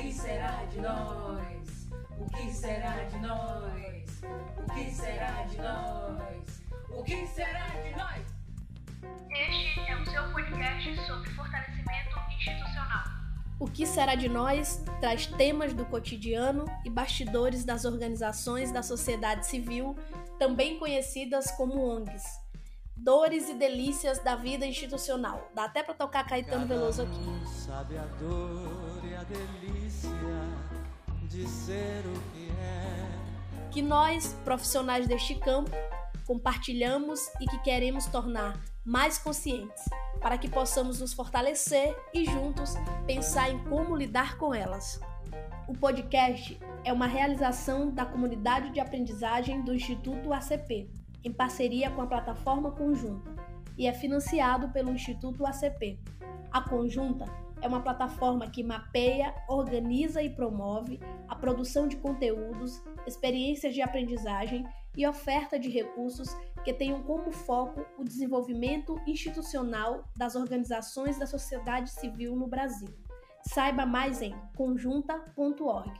que será de nós? O que será de nós? O que será de nós? O que será de nós? Este é o seu podcast sobre fortalecimento institucional. O que será de nós traz temas do cotidiano e bastidores das organizações da sociedade civil, também conhecidas como ONGs. Dores e delícias da vida institucional. Dá até para tocar Caetano Veloso aqui. Sabe a dor e a delícia de ser o que é. Que nós, profissionais deste campo, compartilhamos e que queremos tornar mais conscientes, para que possamos nos fortalecer e juntos pensar em como lidar com elas. O podcast é uma realização da comunidade de aprendizagem do Instituto ACP, em parceria com a plataforma Conjunta, e é financiado pelo Instituto ACP. A Conjunta é uma plataforma que mapeia, organiza e promove a produção de conteúdos, experiências de aprendizagem e oferta de recursos que tenham como foco o desenvolvimento institucional das organizações da sociedade civil no Brasil. Saiba mais em conjunta.org.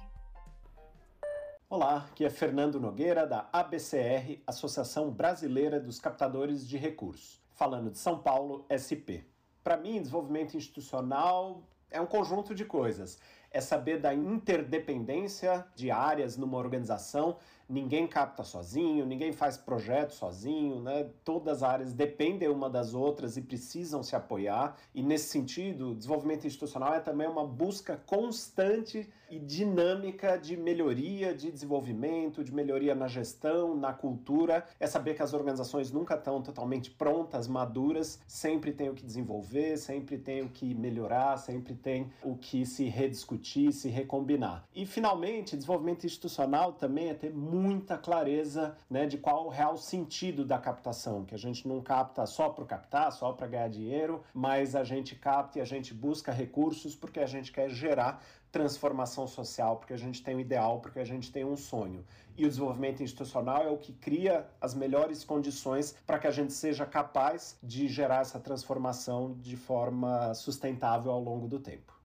Olá, aqui é Fernando Nogueira, da ABCR, Associação Brasileira dos Captadores de Recursos, falando de São Paulo, SP. Para mim, desenvolvimento institucional é um conjunto de coisas. É saber da interdependência de áreas numa organização. Ninguém capta sozinho, ninguém faz projeto sozinho, né? Todas as áreas dependem uma das outras e precisam se apoiar. E nesse sentido, desenvolvimento institucional é também uma busca constante e dinâmica de melhoria, de desenvolvimento, de melhoria na gestão, na cultura. É saber que as organizações nunca estão totalmente prontas, maduras, sempre tem o que desenvolver, sempre tem o que melhorar, sempre tem o que se rediscutir, se recombinar. E, finalmente, desenvolvimento institucional também é ter muita clareza, né, de qual o real sentido da captação, que a gente não capta só para captar, só para ganhar dinheiro, mas a gente capta e a gente busca recursos porque a gente quer gerar transformação social, porque a gente tem um ideal, porque a gente tem um sonho. E o desenvolvimento institucional é o que cria as melhores condições para que a gente seja capaz de gerar essa transformação de forma sustentável ao longo do tempo.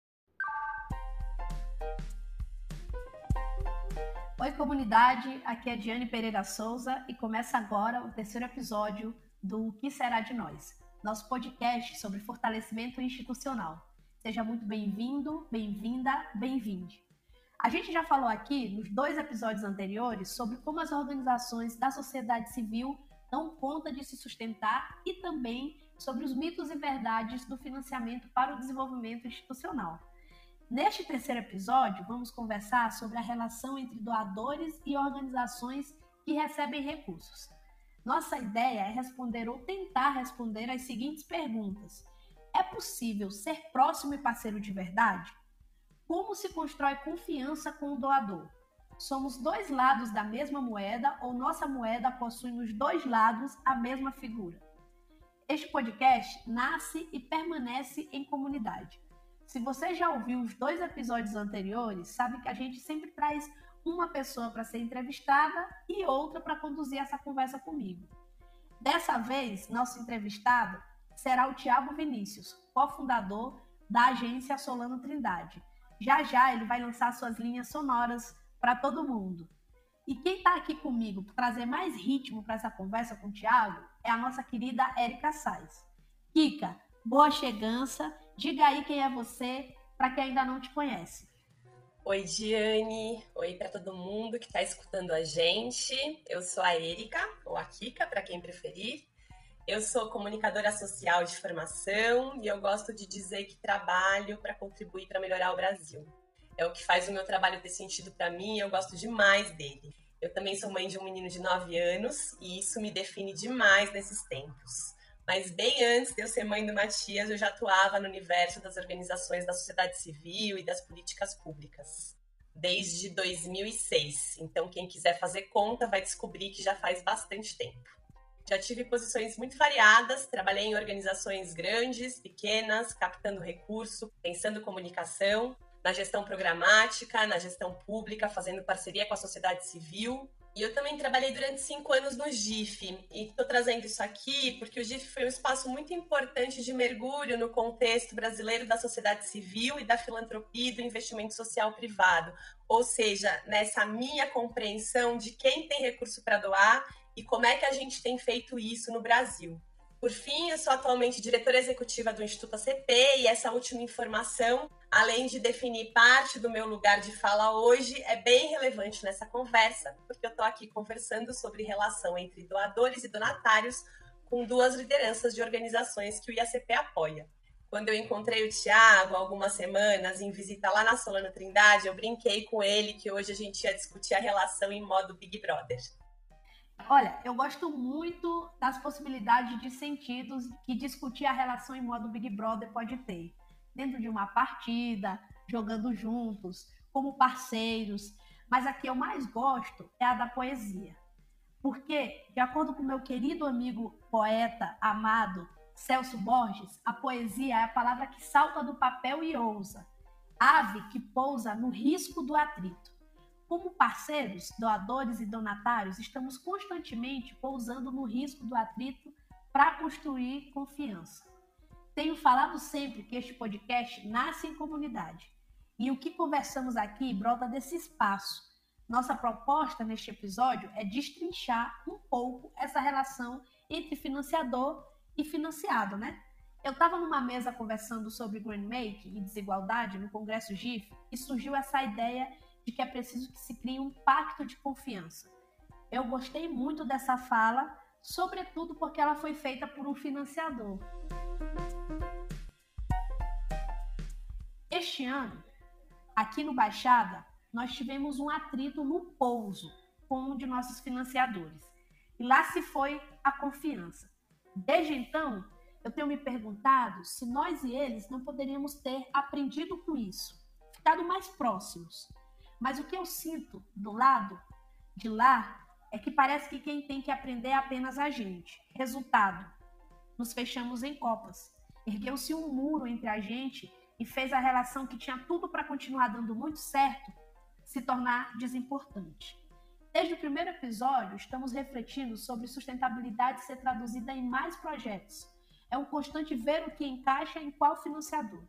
Oi, comunidade, aqui é Diane Pereira Souza e começa agora o terceiro episódio do O que será de nós, nosso podcast sobre fortalecimento institucional. Seja muito bem-vindo, bem-vinda, bem-vinde. A gente já falou aqui nos 2 episódios anteriores sobre como as organizações da sociedade civil dão conta de se sustentar e também sobre os mitos e verdades do financiamento para o desenvolvimento institucional. Neste terceiro episódio, vamos conversar sobre a relação entre doadores e organizações que recebem recursos. Nossa ideia é responder ou tentar responder as seguintes perguntas. É possível ser próximo e parceiro de verdade? Como se constrói confiança com o doador? Somos 2 lados da mesma moeda ou nossa moeda possui nos 2 lados a mesma figura? Este podcast nasce e permanece em comunidade. Se você já ouviu os 2 episódios anteriores, sabe que a gente sempre traz uma pessoa para ser entrevistada e outra para conduzir essa conversa comigo. Dessa vez, nosso entrevistado será o Thiago Vinícius, cofundador da agência Solano Trindade. Já ele vai lançar suas linhas sonoras para todo mundo. E quem está aqui comigo para trazer mais ritmo para essa conversa com o Thiago é a nossa querida Érica Sais. Kika, boa chegança. Diga aí quem é você, para quem ainda não te conhece. Oi, Diane. Oi para todo mundo que está escutando a gente. Eu sou a Érica, ou a Kika, para quem preferir. Eu sou comunicadora social de formação e eu gosto de dizer que trabalho para contribuir para melhorar o Brasil. É o que faz o meu trabalho ter sentido para mim e eu gosto demais dele. Eu também sou mãe de um menino de 9 anos e isso me define demais nesses tempos. Mas bem antes de eu ser mãe do Matias, eu já atuava no universo das organizações da sociedade civil e das políticas públicas. Desde 2006. Então, quem quiser fazer conta vai descobrir que já faz bastante tempo. Já tive posições muito variadas, trabalhei em organizações grandes, pequenas, captando recurso, pensando comunicação, na gestão programática, na gestão pública, fazendo parceria com a sociedade civil, E eu também trabalhei durante 5 anos no GIF, e estou trazendo isso aqui porque o GIF foi um espaço muito importante de mergulho no contexto brasileiro da sociedade civil e da filantropia e do investimento social privado, ou seja, nessa minha compreensão de quem tem recurso para doar e como é que a gente tem feito isso no Brasil. Por fim, eu sou atualmente diretora executiva do Instituto ACP e essa última informação, além de definir parte do meu lugar de fala hoje, é bem relevante nessa conversa, porque eu estou aqui conversando sobre relação entre doadores e donatários com 2 lideranças de organizações que o IACP apoia. Quando eu encontrei o Thiago há algumas semanas em visita lá na Solano Trindade, eu brinquei com ele que hoje a gente ia discutir a relação em modo Big Brother. Olha, eu gosto muito das possibilidades de sentidos que discutir a relação em modo Big Brother pode ter. Dentro de uma partida, jogando juntos, como parceiros. Mas a que eu mais gosto é a da poesia. Porque, de acordo com meu querido amigo poeta amado Celso Borges, a poesia é a palavra que salta do papel e ousa. Ave que pousa no risco do atrito. Como parceiros, doadores e donatários, estamos constantemente pousando no risco do atrito para construir confiança. Tenho falado sempre que este podcast nasce em comunidade. E o que conversamos aqui brota desse espaço. Nossa proposta neste episódio é destrinchar um pouco essa relação entre financiador e financiado, né? Eu estava numa mesa conversando sobre grantmaking e desigualdade no Congresso GIF e surgiu essa ideia de que é preciso que se crie um pacto de confiança. Eu gostei muito dessa fala, sobretudo porque ela foi feita por um financiador. Este ano, aqui no Baixada, nós tivemos um atrito no pouso com um de nossos financiadores. E lá se foi a confiança. Desde então, eu tenho me perguntado se nós e eles não poderíamos ter aprendido com isso, ficado mais próximos. Mas o que eu sinto do lado de lá é que parece que quem tem que aprender é apenas a gente. Resultado, nos fechamos em copas. Ergueu-se um muro entre a gente e fez a relação que tinha tudo para continuar dando muito certo se tornar desimportante. Desde o primeiro episódio, estamos refletindo sobre sustentabilidade ser traduzida em mais projetos. É um constante ver o que encaixa em qual financiador.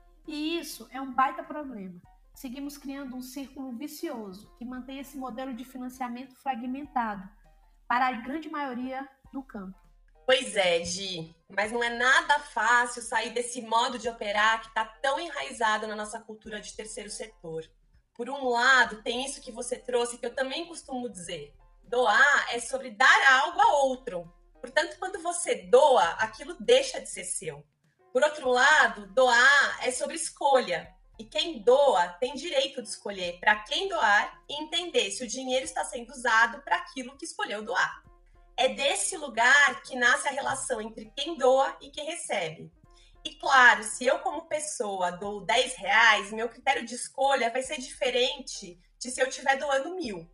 E isso é um baita problema. Seguimos criando um círculo vicioso que mantém esse modelo de financiamento fragmentado para a grande maioria do campo. Pois é, Gi, mas não é nada fácil sair desse modo de operar que está tão enraizado na nossa cultura de terceiro setor. Por um lado, tem isso que você trouxe que eu também costumo dizer. Doar é sobre dar algo a outro. Portanto, quando você doa, aquilo deixa de ser seu. Por outro lado, doar é sobre escolha. E quem doa tem direito de escolher para quem doar e entender se o dinheiro está sendo usado para aquilo que escolheu doar. É desse lugar que nasce a relação entre quem doa e quem recebe. E claro, se eu como pessoa dou R$10, meu critério de escolha vai ser diferente de se eu estiver doando 1.000.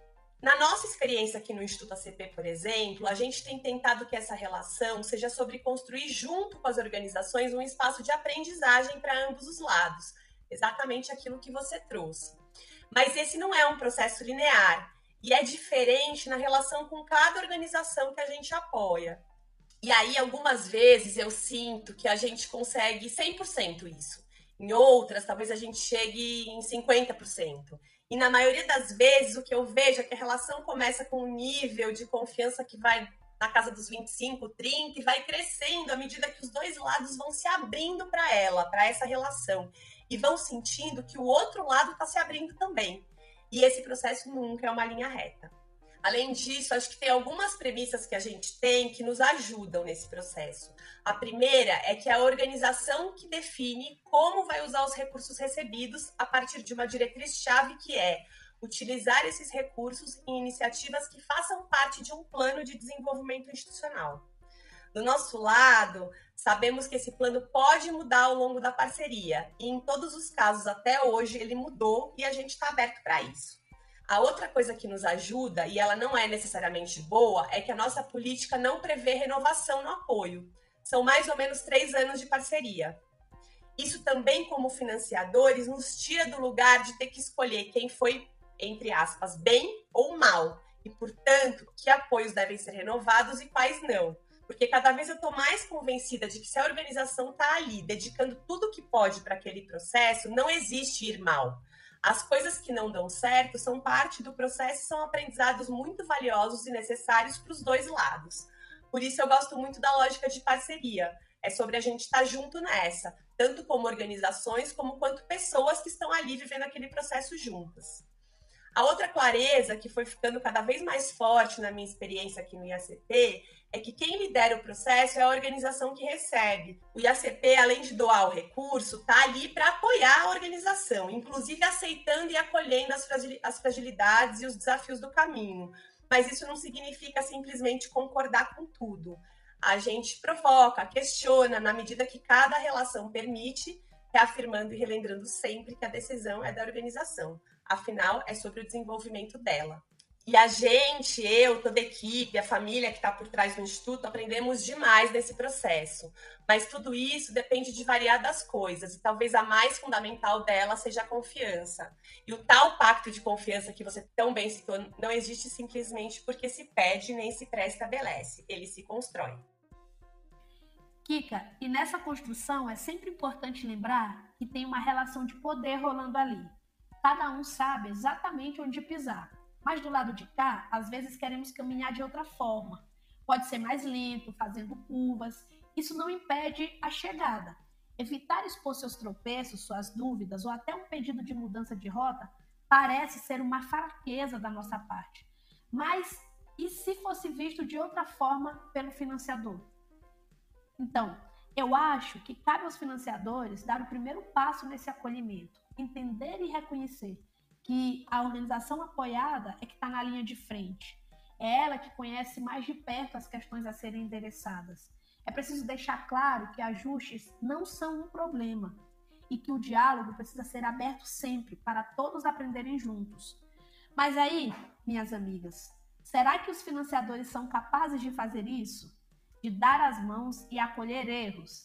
Na nossa experiência aqui no Instituto ACP, por exemplo, a gente tem tentado que essa relação seja sobre construir junto com as organizações um espaço de aprendizagem para ambos os lados. Exatamente aquilo que você trouxe. Mas esse não é um processo linear e é diferente na relação com cada organização que a gente apoia. E aí, algumas vezes, eu sinto que a gente consegue 100% isso. Em outras, talvez a gente chegue em 50%. E na maioria das vezes, o que eu vejo é que a relação começa com um nível de confiança que vai na casa dos 25, 30 e vai crescendo à medida que os dois lados vão se abrindo para ela, para essa relação. E vão sentindo que o outro lado está se abrindo também. E esse processo nunca é uma linha reta. Além disso, acho que tem algumas premissas que a gente tem que nos ajudam nesse processo. A primeira é que é a organização que define como vai usar os recursos recebidos a partir de uma diretriz-chave que é utilizar esses recursos em iniciativas que façam parte de um plano de desenvolvimento institucional. Do nosso lado, sabemos que esse plano pode mudar ao longo da parceria, e em todos os casos até hoje ele mudou e a gente está aberto para isso. A outra coisa que nos ajuda, e ela não é necessariamente boa, é que a nossa política não prevê renovação no apoio. São mais ou menos 3 anos de parceria. Isso também, como financiadores, nos tira do lugar de ter que escolher quem foi, entre aspas, bem ou mal, e, portanto, que apoios devem ser renovados e quais não. Porque cada vez eu estou mais convencida de que se a organização está ali, dedicando tudo que pode para aquele processo, não existe ir mal. As coisas que não dão certo são parte do processo e são aprendizados muito valiosos e necessários para os dois lados. Por isso eu gosto muito da lógica de parceria. É sobre a gente estar junto nessa, tanto como organizações, como quanto pessoas que estão ali vivendo aquele processo juntas. A outra clareza que foi ficando cada vez mais forte na minha experiência aqui no IACP é que quem lidera o processo é a organização que recebe. O IACP, além de doar o recurso, está ali para apoiar a organização, inclusive aceitando e acolhendo as fragilidades e os desafios do caminho. Mas isso não significa simplesmente concordar com tudo. A gente provoca, questiona, na medida que cada relação permite, reafirmando e relembrando sempre que a decisão é da organização. Afinal, é sobre o desenvolvimento dela. E a gente, eu, toda a equipe, a família que está por trás do Instituto, aprendemos demais nesse processo. Mas tudo isso depende de variadas coisas, e talvez a mais fundamental dela seja a confiança. E o tal pacto de confiança que você tão bem citou não existe simplesmente porque se pede nem se pré-estabelece, ele se constrói. Kika, e nessa construção é sempre importante lembrar que tem uma relação de poder rolando ali. Cada um sabe exatamente onde pisar. Mas do lado de cá, às vezes queremos caminhar de outra forma. Pode ser mais lento, fazendo curvas. Isso não impede a chegada. Evitar expor seus tropeços, suas dúvidas ou até um pedido de mudança de rota parece ser uma fraqueza da nossa parte. Mas e se fosse visto de outra forma pelo financiador? Então, eu acho que cabe aos financiadores dar o primeiro passo nesse acolhimento, entender e reconhecer que a organização apoiada é que está na linha de frente. É ela que conhece mais de perto as questões a serem endereçadas. É preciso deixar claro que ajustes não são um problema e que o diálogo precisa ser aberto sempre para todos aprenderem juntos. Mas aí, minhas amigas, será que os financiadores são capazes de fazer isso? De dar as mãos e acolher erros?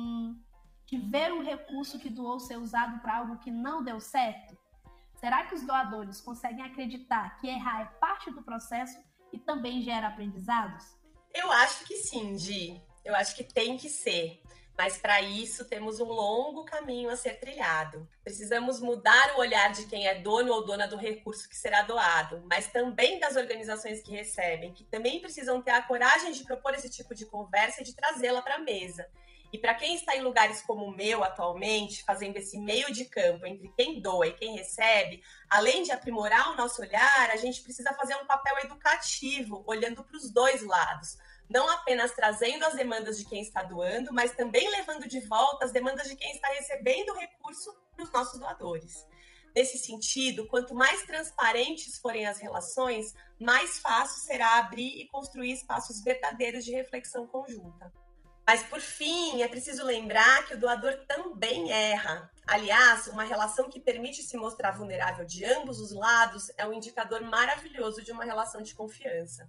De ver um recurso que doou ser usado para algo que não deu certo? Será que os doadores conseguem acreditar que errar é parte do processo e também gera aprendizados? Eu acho que sim, Gi. Eu acho que tem que ser. Mas para isso temos um longo caminho a ser trilhado. Precisamos mudar o olhar de quem é dono ou dona do recurso que será doado, mas também das organizações que recebem, que também precisam ter a coragem de propor esse tipo de conversa e de trazê-la para a mesa. E para quem está em lugares como o meu atualmente, fazendo esse meio de campo entre quem doa e quem recebe, além de aprimorar o nosso olhar, a gente precisa fazer um papel educativo, olhando para os dois lados. Não apenas trazendo as demandas de quem está doando, mas também levando de volta as demandas de quem está recebendo o recurso para os nossos doadores. Nesse sentido, quanto mais transparentes forem as relações, mais fácil será abrir e construir espaços verdadeiros de reflexão conjunta. Mas, por fim, é preciso lembrar que o doador também erra. Aliás, uma relação que permite se mostrar vulnerável de ambos os lados é um indicador maravilhoso de uma relação de confiança.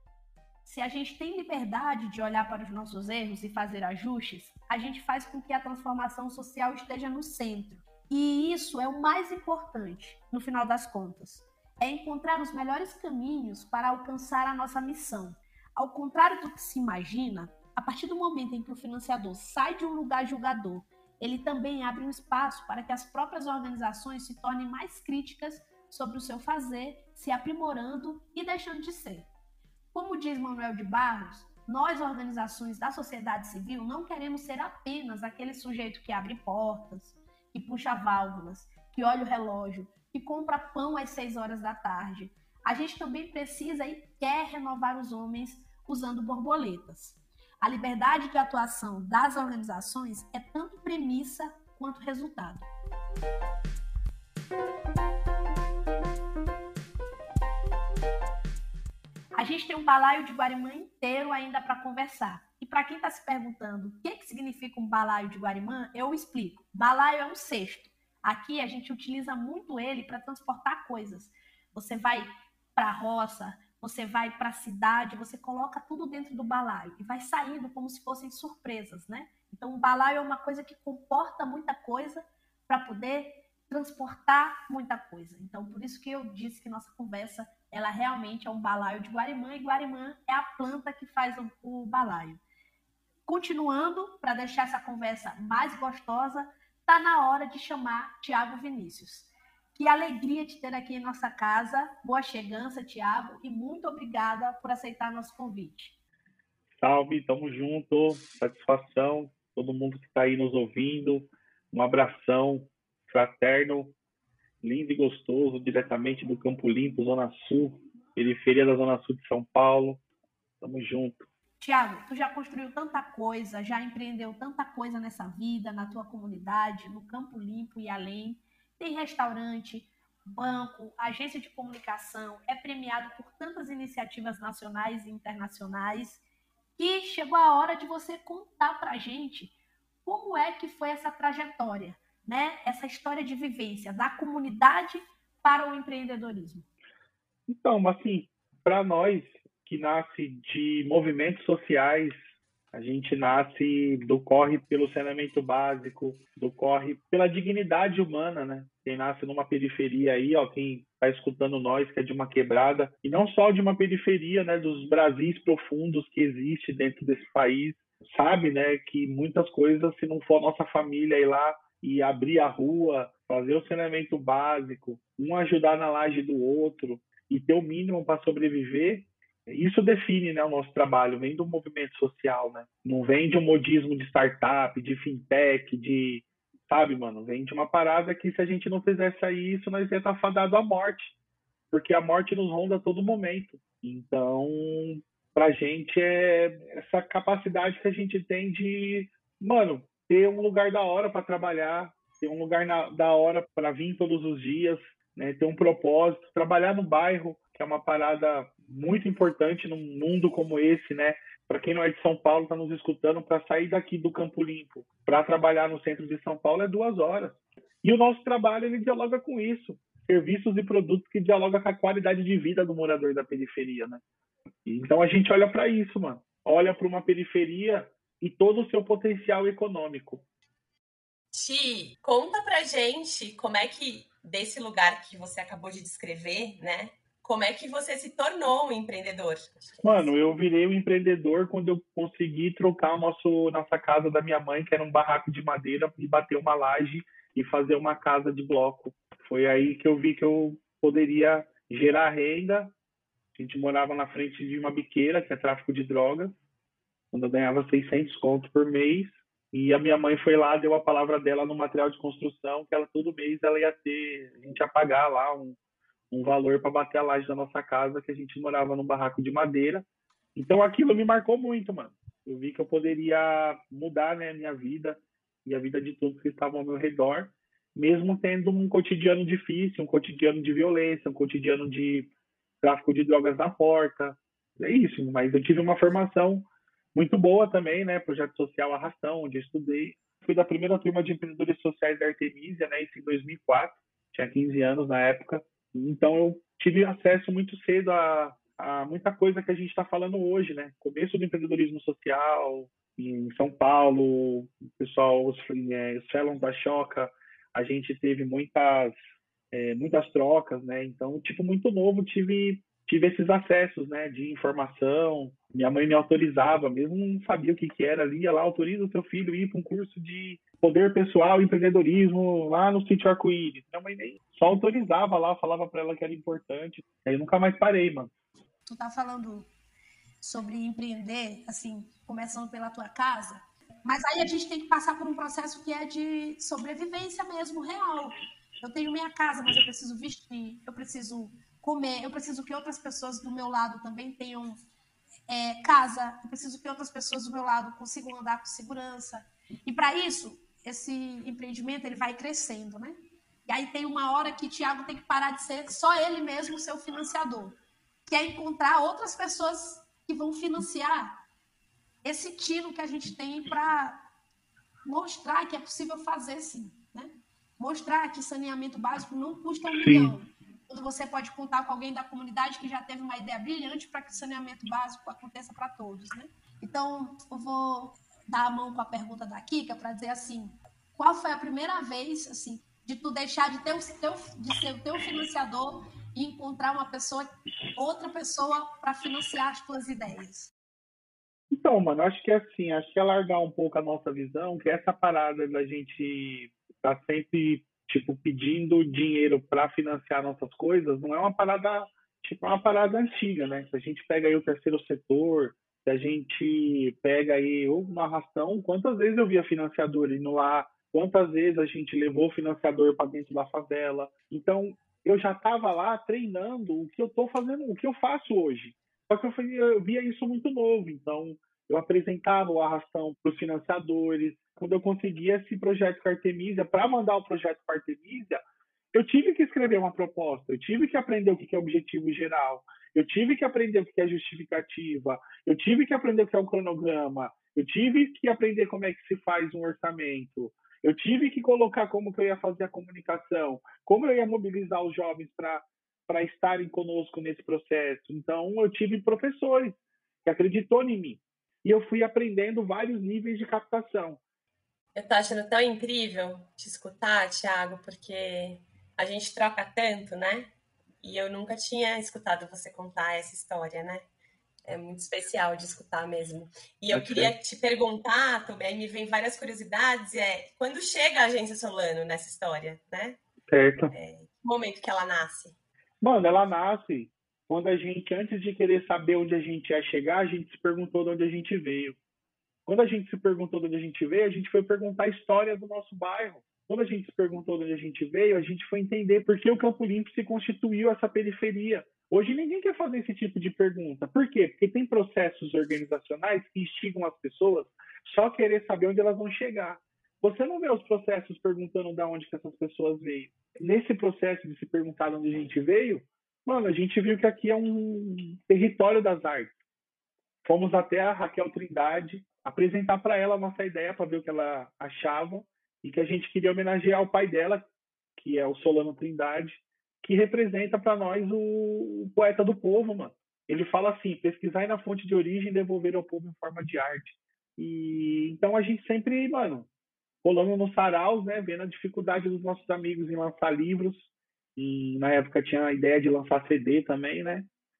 Se a gente tem liberdade de olhar para os nossos erros e fazer ajustes, a gente faz com que a transformação social esteja no centro. E isso é o mais importante, no final das contas. É encontrar os melhores caminhos para alcançar a nossa missão. Ao contrário do que se imagina, a partir do momento em que o financiador sai de um lugar julgador, ele também abre um espaço para que as próprias organizações se tornem mais críticas sobre o seu fazer, se aprimorando e deixando de ser. Como diz Manuel de Barros, nós, organizações da sociedade civil, não queremos ser apenas aquele sujeito que abre portas, que puxa válvulas, que olha o relógio, que compra pão às 6 horas da tarde. A gente também precisa e quer renovar os homens usando borboletas. A liberdade de atuação das organizações é tanto premissa quanto resultado. A gente tem um balaio de Guarimã inteiro ainda para conversar. E para quem está se perguntando o que significa um balaio de Guarimã, eu explico. Balaio é um cesto. Aqui a gente utiliza muito ele para transportar coisas. Você vai para a roça, você vai para a cidade, você coloca tudo dentro do balaio e vai saindo como se fossem surpresas, né? Então, o balaio é uma coisa que comporta muita coisa para poder transportar muita coisa. Então, por isso que eu disse que nossa conversa, ela realmente é um balaio de Guarimã, e Guarimã é a planta que faz o balaio. Continuando, para deixar essa conversa mais gostosa, está na hora de chamar Tiago Vinícius. Que alegria te ter aqui em nossa casa. Boa chegança, Tiago, e muito obrigada por aceitar nosso convite. Salve, tamo junto, satisfação, todo mundo que está aí nos ouvindo, um abração fraterno, lindo e gostoso, diretamente do Campo Limpo, Zona Sul, periferia da Zona Sul de São Paulo, tamo junto. Tiago, tu já construiu tanta coisa, já empreendeu tanta coisa nessa vida, na tua comunidade, no Campo Limpo e além. Tem restaurante, banco, agência de comunicação, é premiado por tantas iniciativas nacionais e internacionais, que chegou a hora de você contar pra gente como é que foi essa trajetória, né? Essa história de vivência da comunidade para o empreendedorismo. Então, assim, para nós que nasce de movimentos sociais, a gente nasce do corre pelo saneamento básico, do corre pela dignidade humana, né? Quem nasce numa periferia aí, ó, quem está escutando nós, que é de uma quebrada, e não só de uma periferia, né, dos Brasis profundos que existe dentro desse país, sabe, né, que muitas coisas, se não for a nossa família ir lá e abrir a rua, fazer o saneamento básico, um ajudar na laje do outro e ter o mínimo para sobreviver, isso define, né, o nosso trabalho, vem do movimento social, né? Não vem de um modismo de startup, de fintech, de... Sabe, mano? Vem de uma parada que se a gente não fizesse isso, nós ia estar fadado à morte. Porque a morte nos ronda a todo momento. Então, pra gente é essa capacidade que a gente tem de, mano, ter um lugar da hora para trabalhar, ter um lugar da hora para vir todos os dias, né? Ter um propósito, trabalhar no bairro, que é uma parada muito importante num mundo como esse, né? Para quem não é de São Paulo, está nos escutando, para sair daqui do Campo Limpo, para trabalhar no centro de São Paulo é 2 horas. E o nosso trabalho, ele dialoga com isso. Serviços e produtos que dialogam com a qualidade de vida do morador da periferia, né? Então a gente olha para isso, mano. Olha para uma periferia e todo o seu potencial econômico. Ti, conta pra gente como é que, desse lugar que você acabou de descrever, né? Como é que você se tornou um empreendedor? Mano, eu virei um empreendedor quando eu consegui trocar a nossa casa da minha mãe, que era um barraco de madeira, e bater uma laje e fazer uma casa de bloco. Foi aí que eu vi que eu poderia gerar renda. A gente morava na frente de uma biqueira, que é tráfico de drogas, quando eu ganhava 600 conto por mês. E a minha mãe foi lá, deu a palavra dela no material de construção, que ela todo mês ela ia ter, a gente ia pagar lá um valor para bater a laje da nossa casa, que a gente morava num barraco de madeira. Então aquilo me marcou muito, mano. Eu vi que eu poderia mudar, né, a minha vida e a vida de todos que estavam ao meu redor, mesmo tendo um cotidiano difícil, um cotidiano de violência, um cotidiano de tráfico de drogas na porta. É isso, mas eu tive uma formação muito boa também, né, projeto social Arrastão, onde eu estudei. Fui da primeira turma de empreendedores sociais da Artemisia, né, isso em 2004, tinha 15 anos na época. Então eu tive acesso muito cedo a muita coisa que a gente está falando hoje, né? Começo do empreendedorismo social em São Paulo, o pessoal, os Felons da Choca, a gente teve muitas trocas, né? Então, tipo, muito novo, tive esses acessos, né, de informação. Minha mãe me autorizava, mesmo não sabia o que era ali, ia lá, autoriza o seu filho a ir para um curso de poder pessoal e empreendedorismo lá no Sítio Arco-Íris. Minha mãe nem só autorizava lá, falava para ela que era importante. Aí eu nunca mais parei, mano. Tu tá falando sobre empreender, assim, começando pela tua casa, mas aí a gente tem que passar por um processo que é de sobrevivência mesmo, real. Eu tenho minha casa, mas eu preciso vestir, eu preciso comer, eu preciso que outras pessoas do meu lado também tenham casa, eu preciso que outras pessoas do meu lado consigam andar com segurança. E para isso, esse empreendimento ele vai crescendo, né? E aí tem uma hora que o Tiago tem que parar de ser só ele mesmo o seu financiador, que é encontrar outras pessoas que vão financiar esse tino que a gente tem para mostrar que é possível fazer sim, né? Mostrar que saneamento básico não custa 1 milhão. Quando você pode contar com alguém da comunidade que já teve uma ideia brilhante para que o saneamento básico aconteça para todos, né? Então, eu vou dar a mão com a pergunta da Kika para dizer assim, qual foi a primeira vez, assim, de tu deixar de ser o teu financiador e encontrar outra pessoa para financiar as tuas ideias? Então, mano, acho que é assim, acho que é largar um pouco a nossa visão, que essa parada da gente tá sempre, tipo, pedindo dinheiro para financiar nossas coisas, não é uma parada, tipo, é uma parada antiga, né? Se a gente pega aí o terceiro setor, se a gente pega aí uma arrastão, quantas vezes eu via financiador indo lá, quantas vezes a gente levou financiador para dentro da favela. Então, eu já estava lá treinando o que eu tô fazendo, o que eu faço hoje. Só que eu via isso muito novo, então eu apresentava o arrastão para os financiadores. Quando eu conseguia esse projeto com a Artemisia, para mandar o projeto para a Artemisia, eu tive que escrever uma proposta, eu tive que aprender o que é objetivo geral, eu tive que aprender o que é justificativa, eu tive que aprender o que é o cronograma, eu tive que aprender como é que se faz um orçamento, eu tive que colocar como que eu ia fazer a comunicação, como eu ia mobilizar os jovens para estarem conosco nesse processo. Então, eu tive professores que acreditou em mim. E eu fui aprendendo vários níveis de captação. Eu tô achando tão incrível te escutar, Thiago, porque a gente troca tanto, né? E eu nunca tinha escutado você contar essa história, né? É muito especial de escutar mesmo. E eu queria te perguntar também, me vem várias curiosidades, quando chega a Agência Solano nessa história, né? Certo. Que momento que ela nasce? Mano, ela nasce quando a gente, antes de querer saber onde a gente ia chegar, a gente se perguntou de onde a gente veio. Quando a gente se perguntou de onde a gente veio, a gente foi perguntar a história do nosso bairro. Quando a gente se perguntou de onde a gente veio, a gente foi entender por que o Campo Limpo se constituiu essa periferia. Hoje ninguém quer fazer esse tipo de pergunta. Por quê? Porque tem processos organizacionais que instigam as pessoas só a querer saber onde elas vão chegar. Você não vê os processos perguntando de onde que essas pessoas veio. Nesse processo de se perguntar de onde a gente veio, mano, a gente viu que aqui é um território das artes. Fomos até a Raquel Trindade apresentar para ela a nossa ideia, para ver o que ela achava, e que a gente queria homenagear o pai dela, que é o Solano Trindade, que representa para nós o poeta do povo, mano. Ele fala assim: pesquisar na fonte de origem e devolver ao povo em forma de arte. E então a gente sempre, mano, rolando nos saraus, né, vendo a dificuldade dos nossos amigos em lançar livros. E na época tinha a ideia de lançar CD também, né?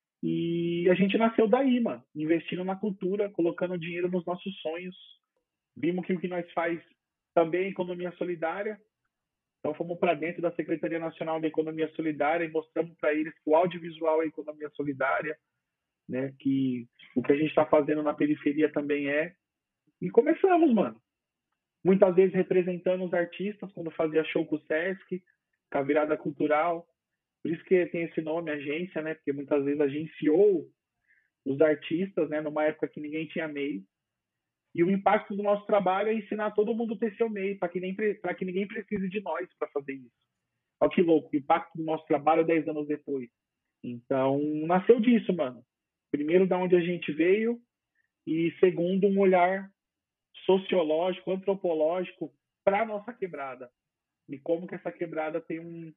E a gente nasceu daí, mano, investindo na cultura, colocando dinheiro nos nossos sonhos. Vimos que o que nós faz também é economia solidária. Então fomos para dentro da Secretaria Nacional da Economia Solidária e mostramos para eles que o audiovisual é economia solidária, né? Que o que a gente está fazendo na periferia também é. E começamos, mano. Muitas vezes representando os artistas quando fazia show com o Sesc, com a virada cultural. Por isso que tem esse nome, agência, né? Porque muitas vezes agenciou os artistas, né? Numa época que ninguém tinha MEI. E o impacto do nosso trabalho é ensinar todo mundo a ter seu MEI, para que ninguém precise de nós para fazer isso. Olha que louco, o impacto do nosso trabalho 10 anos depois. Então, nasceu disso, mano. Primeiro, da onde a gente veio, e segundo, um olhar sociológico, antropológico para a nossa quebrada. E como que essa quebrada tem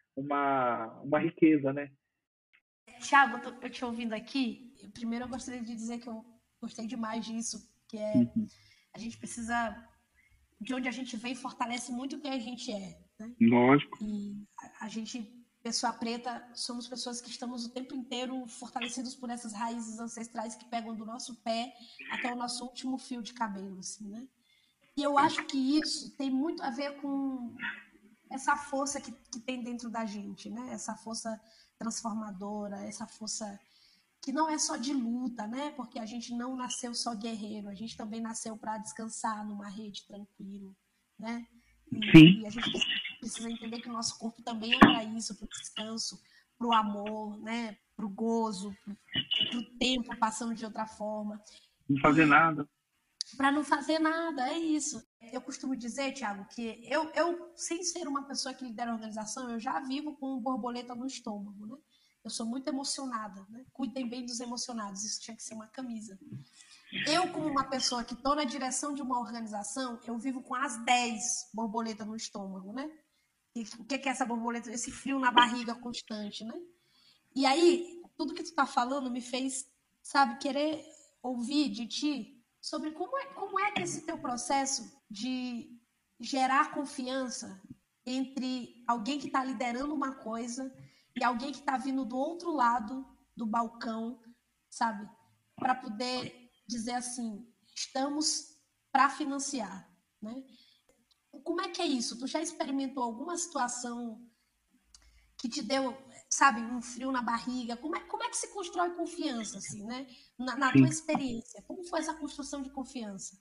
uma riqueza, né? Thiago, eu te ouvindo aqui, primeiro eu gostaria de dizer que eu gostei demais disso, que é a gente precisa, de onde a gente vem, fortalece muito o que a gente é, né? Lógico. E a gente, pessoa preta, somos pessoas que estamos o tempo inteiro fortalecidos por essas raízes ancestrais que pegam do nosso pé até o nosso último fio de cabelo, assim, né? E eu acho que isso tem muito a ver com essa força que tem dentro da gente, né? Essa força transformadora, essa força que não é só de luta, né? Porque a gente não nasceu só guerreiro, a gente também nasceu para descansar numa rede tranquilo, né? E a gente precisa entender que o nosso corpo também é para isso, para o descanso, para o amor, né? Para o gozo, para o tempo passando de outra forma. Não fazer nada. Para não fazer nada, é isso. Eu costumo dizer, Thiago, que eu, sem ser uma pessoa que lidera a organização, eu já vivo com borboleta no estômago, né? Eu sou muito emocionada, né? Cuidem bem dos emocionados, isso tinha que ser uma camisa. Eu, como uma pessoa que estou na direção de uma organização, eu vivo com as 10 borboletas no estômago, né? E o que é essa borboleta? Esse frio na barriga constante, né? E aí, tudo que tu tá falando me fez, sabe, querer ouvir de ti sobre como é que esse teu processo de gerar confiança entre alguém que está liderando uma coisa e alguém que está vindo do outro lado do balcão, sabe? Para poder dizer assim, estamos para financiar, né? Como é que é isso? Tu já experimentou alguma situação que te deu, sabe, um frio na barriga? Como é que se constrói confiança, assim, né? Na tua experiência, como foi essa construção de confiança?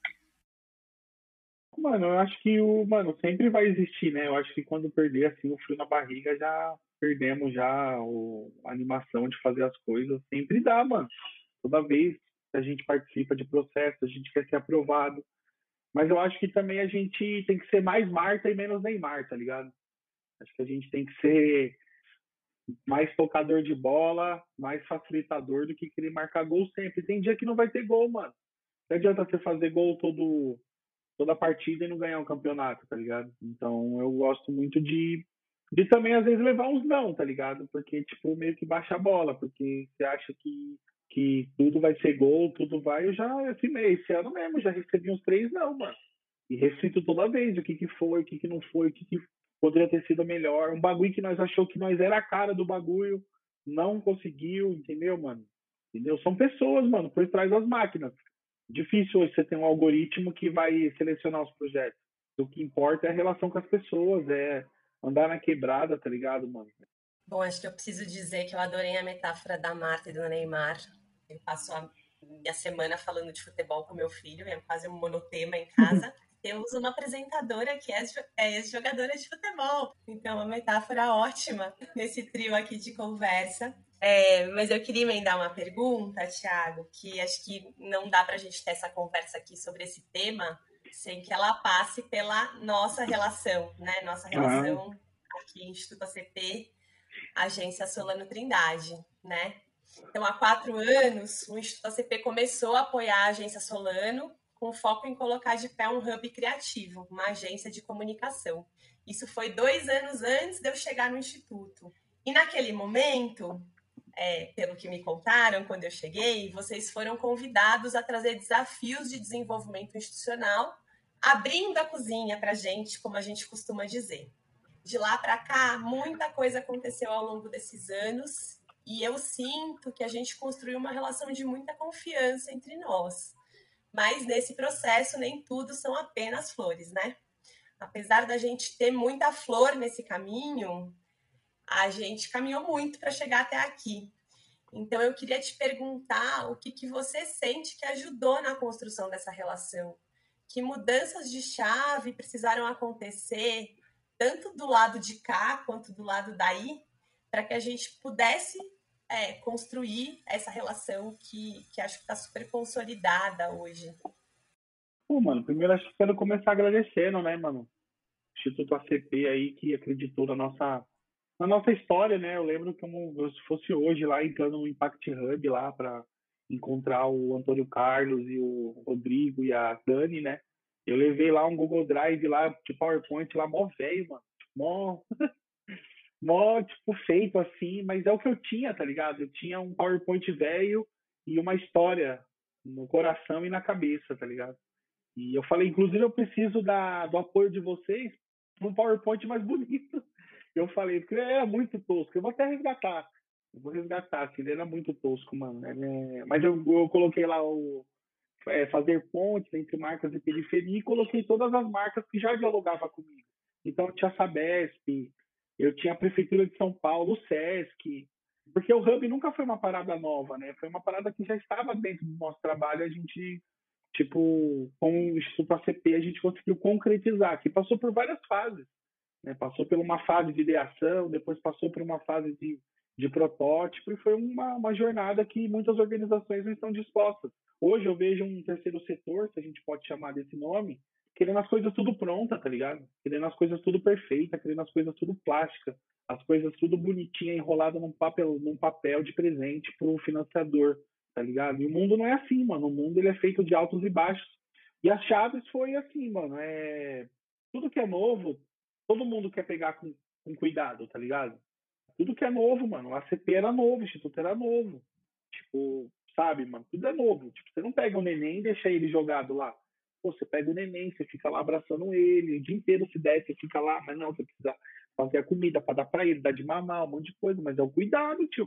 Mano, eu acho que sempre vai existir, né? Eu acho que quando perder, assim, o frio na barriga, já perdemos já a animação de fazer as coisas. Sempre dá, mano. Toda vez que a gente participa de processo, a gente quer ser aprovado. Mas eu acho que também a gente tem que ser mais Marta e menos Neymar, tá ligado? Acho que a gente tem que ser mais tocador de bola, mais facilitador do que querer marcar gol sempre. Tem dia que não vai ter gol, mano. Não adianta você fazer gol toda partida e não ganhar um campeonato, tá ligado? Então eu gosto muito de também às vezes levar uns não, tá ligado? Porque, tipo, meio que baixa a bola, porque você acha que tudo vai ser gol, tudo vai. Eu já assinei esse ano mesmo, já recebi uns 3 não, mano. E reflito toda vez o que foi, o que não foi, o que poderia ter sido melhor. Um bagulho que nós achou que nós era a cara do bagulho, não conseguiu, entendeu, mano? Entendeu? São pessoas, mano, por trás das máquinas. Difícil hoje você ter um algoritmo que vai selecionar os projetos. O que importa é a relação com as pessoas, é andar na quebrada, tá ligado, mano? Bom, acho que eu preciso dizer que eu adorei a metáfora da Marta e do Neymar. Eu passo a minha semana falando de futebol com meu filho, é quase um monotema em casa. Temos uma apresentadora que é jogadora de futebol. Então, uma metáfora ótima nesse trio aqui de conversa. Mas eu queria emendar uma pergunta, Thiago, que acho que não dá para a gente ter essa conversa aqui sobre esse tema sem que ela passe pela nossa relação, né? Nossa relação aqui, Instituto ACP, Agência Solano Trindade, né? Então, há 4 anos, o Instituto ACP começou a apoiar a Agência Solano com foco em colocar de pé um hub criativo, uma agência de comunicação. Isso foi 2 anos antes de eu chegar no Instituto. E naquele momento, pelo que me contaram quando eu cheguei, vocês foram convidados a trazer desafios de desenvolvimento institucional, abrindo a cozinha para a gente, como a gente costuma dizer. De lá para cá, muita coisa aconteceu ao longo desses anos e eu sinto que a gente construiu uma relação de muita confiança entre nós. Mas nesse processo, nem tudo são apenas flores, né? Apesar da gente ter muita flor nesse caminho, a gente caminhou muito para chegar até aqui. Então, eu queria te perguntar o que você sente que ajudou na construção dessa relação. Que mudanças de chave precisaram acontecer, tanto do lado de cá quanto do lado daí, para que a gente pudesse construir essa relação que acho que está super consolidada hoje. Pô, mano, primeiro acho que quero começar agradecendo, né, mano? Instituto ACP aí que acreditou na nossa história, né? Eu lembro que se fosse hoje lá entrando no Impact Hub lá para encontrar o Antônio Carlos e o Rodrigo e a Dani, né? Eu levei lá um Google Drive lá de PowerPoint lá mó velho, mano. Mó, tipo, feito assim, mas é o que eu tinha, tá ligado? Eu tinha um PowerPoint velho e uma história no coração e na cabeça, tá ligado? E eu falei, inclusive, eu preciso do apoio de vocês para um PowerPoint mais bonito. Eu falei, porque ele era muito tosco. Eu vou até resgatar. Eu vou resgatar, assim, ele era muito tosco, mano. Mas eu coloquei lá fazer pontes entre marcas e periferia e coloquei todas as marcas que já dialogavam comigo. Então, eu tinha a Sabesp, eu tinha a Prefeitura de São Paulo, o Sesc, porque o Hub nunca foi uma parada nova, né? Foi uma parada que já estava dentro do nosso trabalho, a gente, tipo, com o Instituto ACP, a gente conseguiu concretizar, que passou por várias fases, né? Passou por uma fase de ideação, depois passou por uma fase de protótipo, e foi uma jornada que muitas organizações não estão dispostas. Hoje eu vejo um terceiro setor, se a gente pode chamar desse nome, querendo as coisas tudo pronta, tá ligado? Querendo as coisas tudo perfeita, querendo as coisas tudo plástica, as coisas tudo bonitinha, enrolada num papel de presente pro financiador, tá ligado? E o mundo não é assim, mano. O mundo ele é feito de altos e baixos. E as chaves foi assim, mano. Tudo que é novo, todo mundo quer pegar com cuidado, tá ligado? Tudo que é novo, mano. O ACP era novo, o Instituto era novo. Tipo, sabe, mano? Tudo é novo. Tipo, você não pega um neném e deixa ele jogado lá. Pô, você pega o neném, você fica lá abraçando ele, o dia inteiro se der, você fica lá, mas não, você precisa fazer a comida para dar para ele, dar de mamar, um monte de coisa, mas é o cuidado, tio.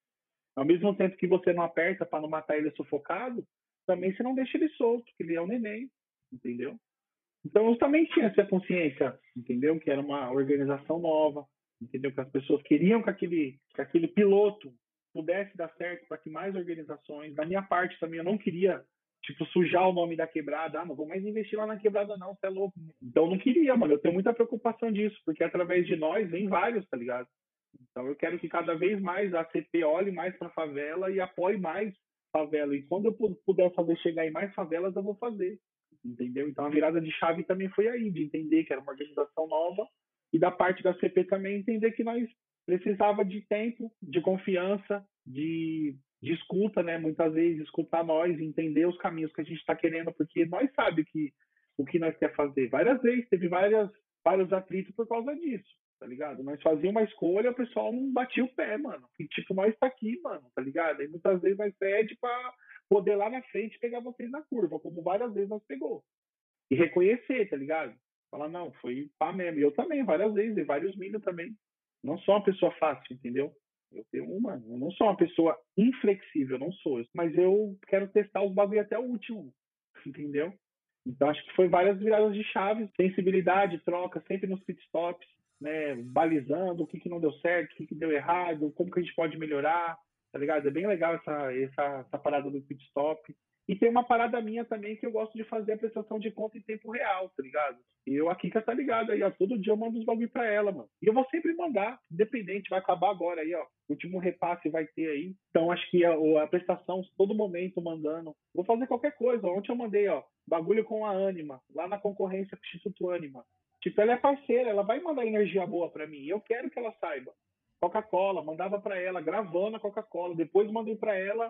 Ao mesmo tempo que você não aperta para não matar ele sufocado, também você não deixa ele solto, porque ele é um neném, entendeu? Então eu também tinha essa consciência, entendeu? Que era uma organização nova, entendeu? Que as pessoas queriam que aquele piloto pudesse dar certo para que mais organizações, da minha parte também, eu não queria, tipo, sujar o nome da quebrada, não vou mais investir lá na quebrada não, você é louco. Então eu não queria, mano, eu tenho muita preocupação disso, porque através de nós vem vários, tá ligado? Então eu quero que cada vez mais a ACP olhe mais para a favela e apoie mais a favela. E quando eu puder fazer chegar em mais favelas, eu vou fazer, entendeu? Então a virada de chave também foi aí, de entender que era uma organização nova e da parte da ACP também entender que nós precisava de tempo, de confiança, de escuta, né? Muitas vezes escutar nós, entender os caminhos que a gente está querendo, porque nós sabemos o que nós quer fazer. Várias vezes teve vários atritos por causa disso, tá ligado? Nós fazíamos uma escolha, o pessoal não batia o pé, mano. E tipo, nós tá aqui, mano, tá ligado? E muitas vezes nós pede para poder lá na frente pegar vocês na curva, como várias vezes nós pegou. E reconhecer, tá ligado? Falar, não, foi pá mesmo. E eu também, várias vezes, e vários milhos também. Não sou uma pessoa fácil, entendeu? Eu não sou uma pessoa inflexível, não sou. Mas eu quero testar os bagulho até o último, entendeu? Então acho que foi várias viradas de chave, sensibilidade, troca, sempre nos pitstops, né? Balizando o que não deu certo, o que deu errado, como que a gente pode melhorar, tá ligado? É bem legal essa parada do pitstop. E tem uma parada minha também que eu gosto de fazer a prestação de conta em tempo real, tá ligado? E a Kika tá ligada aí, ó. Todo dia eu mando os bagulho pra ela, mano. E eu vou sempre mandar, independente, vai acabar agora aí, ó. O último repasse vai ter aí. Então acho que a prestação, todo momento mandando. Vou fazer qualquer coisa. Ontem eu mandei, ó, bagulho com a Anima, lá na concorrência com o Instituto Anima. Tipo, ela é parceira, ela vai mandar energia boa pra mim. E eu quero que ela saiba. Coca-Cola, mandava pra ela, gravando a Coca-Cola. Depois mandei pra ela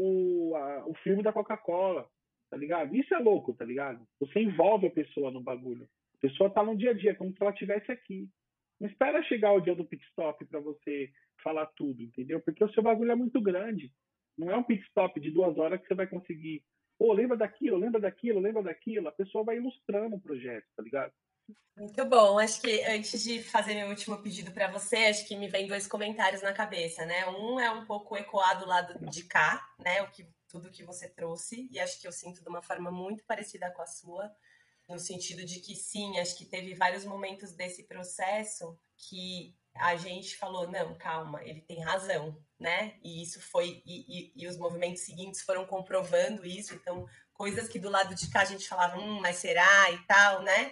o filme da Coca-Cola, tá ligado? Isso é louco, tá ligado? Você envolve a pessoa no bagulho. A pessoa tá no dia a dia, como se ela estivesse aqui. Não espera chegar o dia do pit stop pra você falar tudo, entendeu? Porque o seu bagulho é muito grande. Não é um pit stop de 2 horas que você vai conseguir. Pô, lembra daquilo, lembra daquilo, lembra daquilo. A pessoa vai ilustrando o projeto, tá ligado? Muito bom. Acho que antes de fazer meu último pedido para você, acho que me vem 2 comentários na cabeça, né? Um é um pouco ecoado do lado de cá, né? Tudo que você trouxe, e acho que eu sinto de uma forma muito parecida com a sua, no sentido de que sim, acho que teve vários momentos desse processo que a gente falou, não, calma, ele tem razão, né? E isso foi, e os movimentos seguintes foram comprovando isso, então coisas que do lado de cá a gente falava, mas será e tal, né?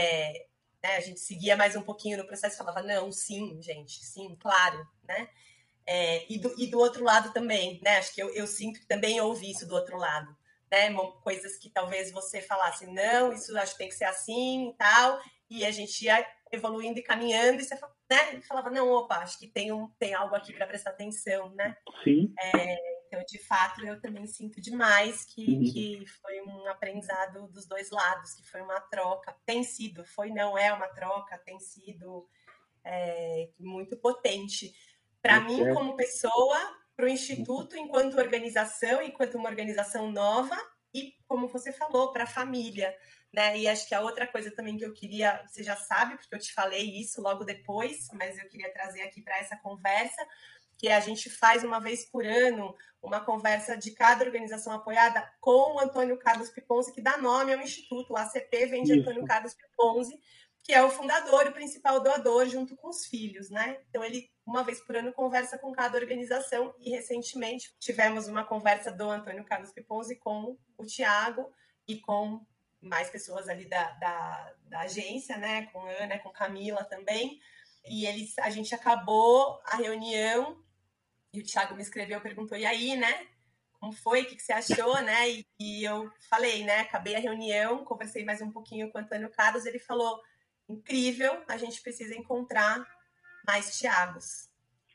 A gente seguia mais um pouquinho no processo e falava, não, sim, gente, sim, claro, né? E do outro lado também, né? Acho que eu sinto que também ouvi isso do outro lado, né? Coisas que talvez você falasse, não, isso acho que tem que ser assim e tal, e a gente ia evoluindo e caminhando, e você falava, não, opa, acho que tem algo aqui para prestar atenção, né? Sim. Então, de fato, eu também sinto demais que foi um aprendizado dos 2 lados, que foi uma troca, tem sido, não é uma troca, tem sido muito potente. Para mim, como pessoa, para o Instituto, enquanto organização, enquanto uma organização nova, e, como você falou, para a família, né? E acho que a outra coisa também que eu queria, você já sabe, porque eu te falei isso logo depois, mas eu queria trazer aqui para essa conversa, que a gente faz uma vez por ano uma conversa de cada organização apoiada com o Antônio Carlos Piponzi, que dá nome ao Instituto. O ACP vem de Antônio Carlos Piponzi, que é o fundador e o principal doador, junto com os filhos, né? Então, ele, uma vez por ano, conversa com cada organização, e recentemente tivemos uma conversa do Antônio Carlos Piponzi com o Tiago e com mais pessoas ali da agência, né? Com Ana, com Camila também. E a gente acabou a reunião, e o Thiago me escreveu, perguntou, e aí, né? Como foi? O que você achou, né? E eu falei, né? Acabei a reunião, conversei mais um pouquinho com o Antônio Carlos, ele falou, incrível, a gente precisa encontrar mais Thiagos.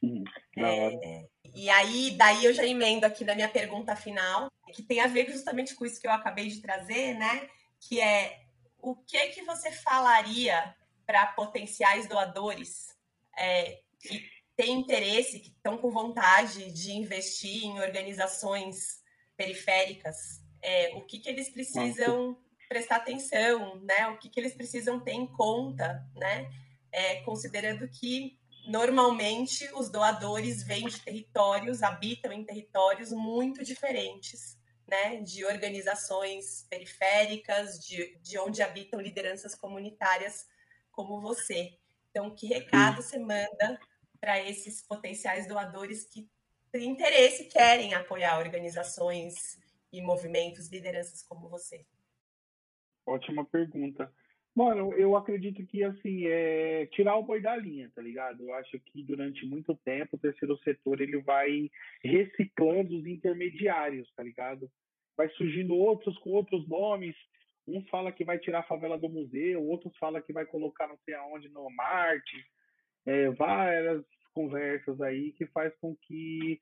E aí, daí eu já emendo aqui na minha pergunta final, que tem a ver justamente com isso que eu acabei de trazer, né? Que é, o que você falaria para potenciais doadores que têm interesse, que estão com vontade de investir em organizações periféricas? O que eles precisam prestar atenção, né? O que eles precisam ter em conta, né? Considerando que normalmente os doadores vêm de territórios, habitam em territórios muito diferentes, né? De organizações periféricas, de onde habitam lideranças comunitárias como você. Então, que recado você manda para esses potenciais doadores que têm interesse e querem apoiar organizações e movimentos, lideranças como você? Ótima pergunta. Mano, eu acredito que, assim, tirar o boi da linha, tá ligado? Eu acho que durante muito tempo o terceiro setor, ele vai reciclando os intermediários, tá ligado? Vai surgindo outros com outros nomes. Uns fala que vai tirar a favela do museu, outros fala que vai colocar não sei aonde no Marte. Várias conversas aí que faz com que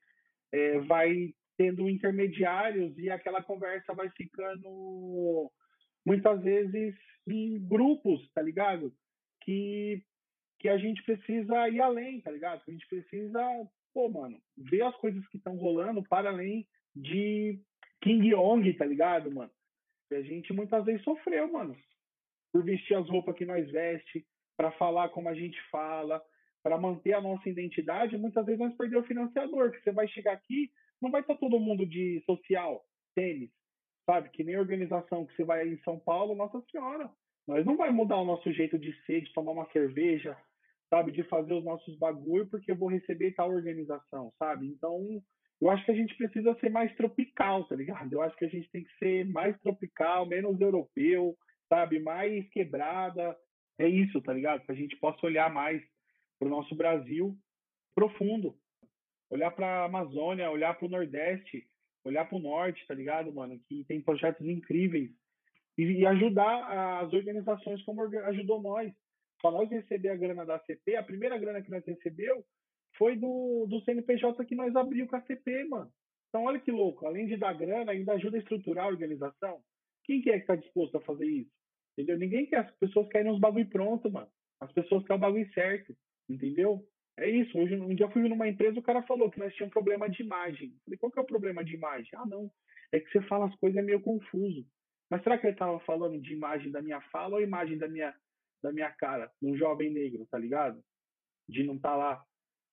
vai tendo intermediários e aquela conversa vai ficando muitas vezes em grupos, tá ligado? Que, que a gente precisa ir além, tá ligado? Que a gente precisa, pô, mano, ver as coisas que estão rolando para além de King Yong, tá ligado, mano? E a gente muitas vezes sofreu, mano, por vestir as roupas que nós veste, para falar como a gente fala, para manter a nossa identidade. Muitas vezes nós perdemos o financiador, que você vai chegar aqui, não vai estar todo mundo de social, tênis, sabe? Que nem organização que você vai em São Paulo, Nossa Senhora. Nós não vai mudar o nosso jeito de ser, de tomar uma cerveja, sabe? De fazer os nossos bagulho porque eu vou receber tal organização, sabe? Então, eu acho que a gente precisa ser mais tropical, tá ligado? Eu acho que a gente tem que ser mais tropical, menos europeu, sabe? Mais quebrada. É isso, tá ligado? Que a gente possa olhar mais pro nosso Brasil profundo. Olhar pra Amazônia, olhar pro Nordeste, olhar pro Norte, tá ligado, mano? Que tem projetos incríveis. E ajudar as organizações como ajudou nós. Para nós receber a grana da ACP, a primeira grana que nós recebeu foi do CNPJ que nós abriu com a ACP, mano. Então, olha que louco. Além de dar grana, ainda ajuda a estruturar a organização. Quem que é que está disposto a fazer isso? Entendeu? Ninguém quer. As pessoas querem uns bagulho pronto, mano. As pessoas querem o bagulho certo. Entendeu? É isso. Hoje, um dia eu fui numa empresa, o cara falou que nós tínhamos um problema de imagem. Eu falei, qual que é o problema de imagem? Ah, não. É que você fala as coisas é meio confuso. Mas será que ele estava falando de imagem da minha fala ou imagem da minha cara? Um jovem negro, tá ligado? De não estar lá.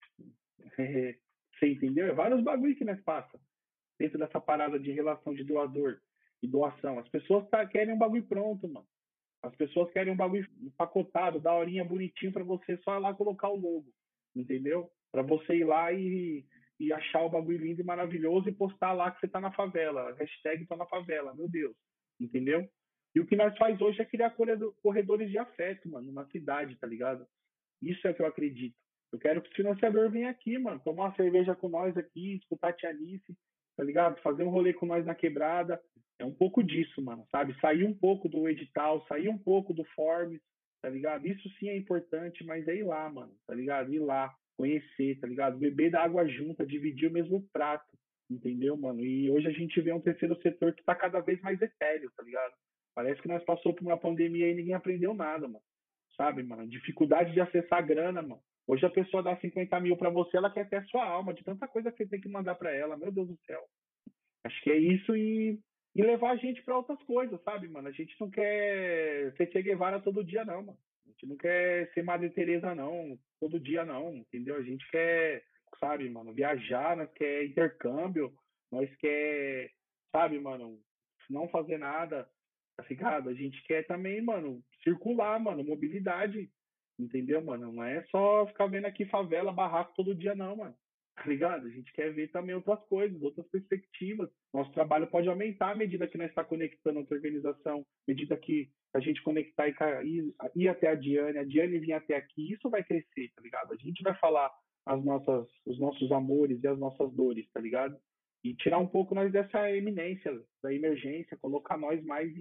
Você entendeu? É vários bagulho que nós passa dentro dessa parada de relação de doador e doação. As pessoas querem um bagulho pronto, mano. As pessoas querem um bagulho empacotado, daorinha, bonitinho, para você só ir lá colocar o logo, entendeu? Para você ir lá e achar o bagulho lindo e maravilhoso e postar lá que você tá na favela. Hashtag tô na favela, meu Deus. Entendeu? E o que nós faz hoje é criar corredores de afeto, mano, na cidade, tá ligado? Isso é o que eu acredito. Eu quero que o financiador venha aqui, mano, tomar uma cerveja com nós aqui, escutar a Tia Alice, tá ligado? Fazer um rolê com nós na quebrada. É um pouco disso, mano, sabe? Sair um pouco do edital, sair um pouco do Forbes, tá ligado? Isso sim é importante, mas é ir lá, mano, tá ligado? Ir lá, conhecer, tá ligado? Beber da água junta, dividir o mesmo prato, entendeu, mano? E hoje a gente vê um terceiro setor que tá cada vez mais etéreo, tá ligado? Parece que nós passou por uma pandemia e ninguém aprendeu nada, mano. Sabe, mano? Dificuldade de acessar a grana, mano. Hoje a pessoa dá 50 mil pra você, ela quer ter a sua alma, de tanta coisa que você tem que mandar pra ela. Meu Deus do céu. Acho que é isso e levar a gente pra outras coisas, sabe, mano? A gente não quer ser Che Guevara todo dia, não, mano. A gente não quer ser Madre Teresa, não, todo dia, não, entendeu? A gente quer, sabe, mano, viajar, nós quer intercâmbio, nós quer, sabe, mano, não fazer nada, tá ligado? A gente quer também, mano, circular, mano, mobilidade, entendeu, mano? Não é só ficar vendo aqui favela, barraco todo dia, não, mano. Tá ligado? A gente quer ver também outras coisas, outras perspectivas. Nosso trabalho pode aumentar à medida que nós está conectando outra organização, à medida que a gente conectar e ir até a Diane vir até aqui, isso vai crescer, tá ligado? A gente vai falar os nossos amores e as nossas dores, tá ligado? E tirar um pouco nós dessa eminência, da emergência, colocar nós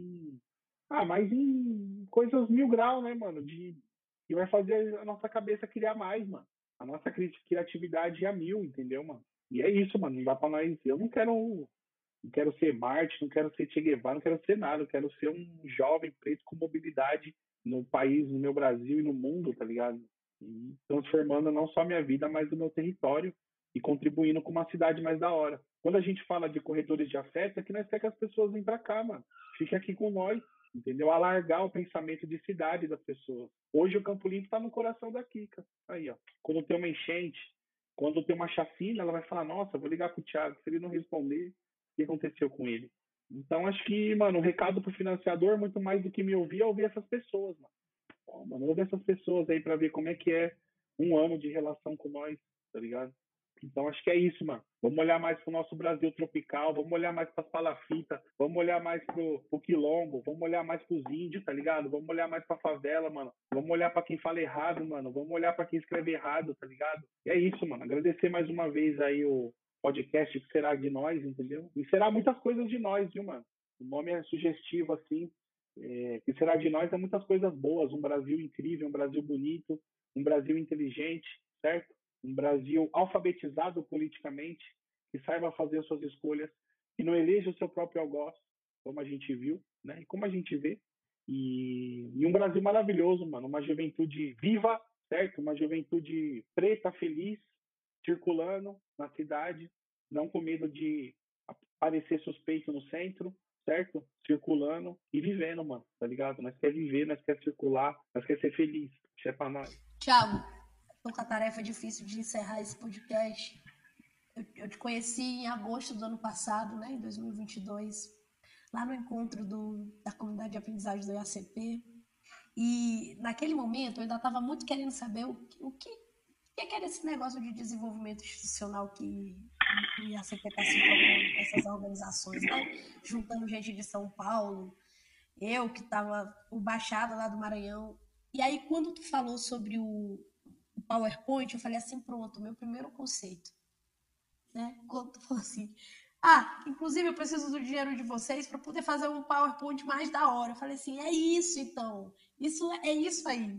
mais em coisas 1000 graus, né, mano? Que vai fazer a nossa cabeça criar mais, mano. A nossa criatividade é a 1000, entendeu, mano? E é isso, mano. Não dá pra nós. Eu não quero ser Marte, não quero ser Che Guevara, não quero ser nada. Eu quero ser um jovem preto com mobilidade no país, no meu Brasil e no mundo, tá ligado? E transformando não só a minha vida, mas o meu território e contribuindo com uma cidade mais da hora. Quando a gente fala de corredores de afeto, é que nós queremos que as pessoas venham pra cá, mano. Fique aqui com nós, entendeu? Alargar o pensamento de cidade das pessoas. Hoje o Campo Limpo está no coração da Kika. Aí, ó. Quando tem uma enchente, quando tem uma chacina, ela vai falar, nossa, vou ligar pro Thiago, se ele não responder, o que aconteceu com ele? Então, acho que, mano, o recado pro financiador, muito mais do que me ouvir, é ouvir essas pessoas, mano. Ó, mano, ouvir essas pessoas aí pra ver como é que é um ano de relação com nós, tá ligado? Então, acho que é isso, mano. Vamos olhar mais pro nosso Brasil tropical, vamos olhar mais pras palafitas, vamos olhar mais pro quilombo, vamos olhar mais pros índios, tá ligado? Vamos olhar mais pra favela, mano. Vamos olhar pra quem fala errado, mano. Vamos olhar pra quem escreve errado, tá ligado? E é isso, mano. Agradecer mais uma vez aí o podcast que será de nós, entendeu? E será muitas coisas de nós, viu, mano? O nome é sugestivo, assim. Que será de nós é muitas coisas boas. Um Brasil incrível, um Brasil bonito, um Brasil inteligente, certo? Um Brasil alfabetizado politicamente, que saiba fazer as suas escolhas, que não eleja o seu próprio algoz, como a gente viu, né? E como a gente vê. E um Brasil maravilhoso, mano. Uma juventude viva, certo? Uma juventude preta, feliz, circulando na cidade, não com medo de parecer suspeito no centro, certo? Circulando e vivendo, mano, tá ligado? Nós quer viver, nós quer circular, nós quer ser feliz. Isso é pra nós. Thiago, estou com a tarefa difícil de encerrar esse podcast. Eu te conheci em agosto do ano passado, né, em 2022, lá no encontro da comunidade de aprendizagem do IACP. E naquele momento eu ainda estava muito querendo saber o que era esse negócio de desenvolvimento institucional que o IACP está se propondo, essas organizações, né? Juntando gente de São Paulo, eu que estava o Baixada lá do Maranhão. E aí, quando tu falou sobre o PowerPoint, eu falei assim, pronto, meu primeiro conceito. Né? Quando tu falou assim, inclusive eu preciso do dinheiro de vocês para poder fazer um PowerPoint mais da hora. Eu falei assim, é isso então, é isso aí.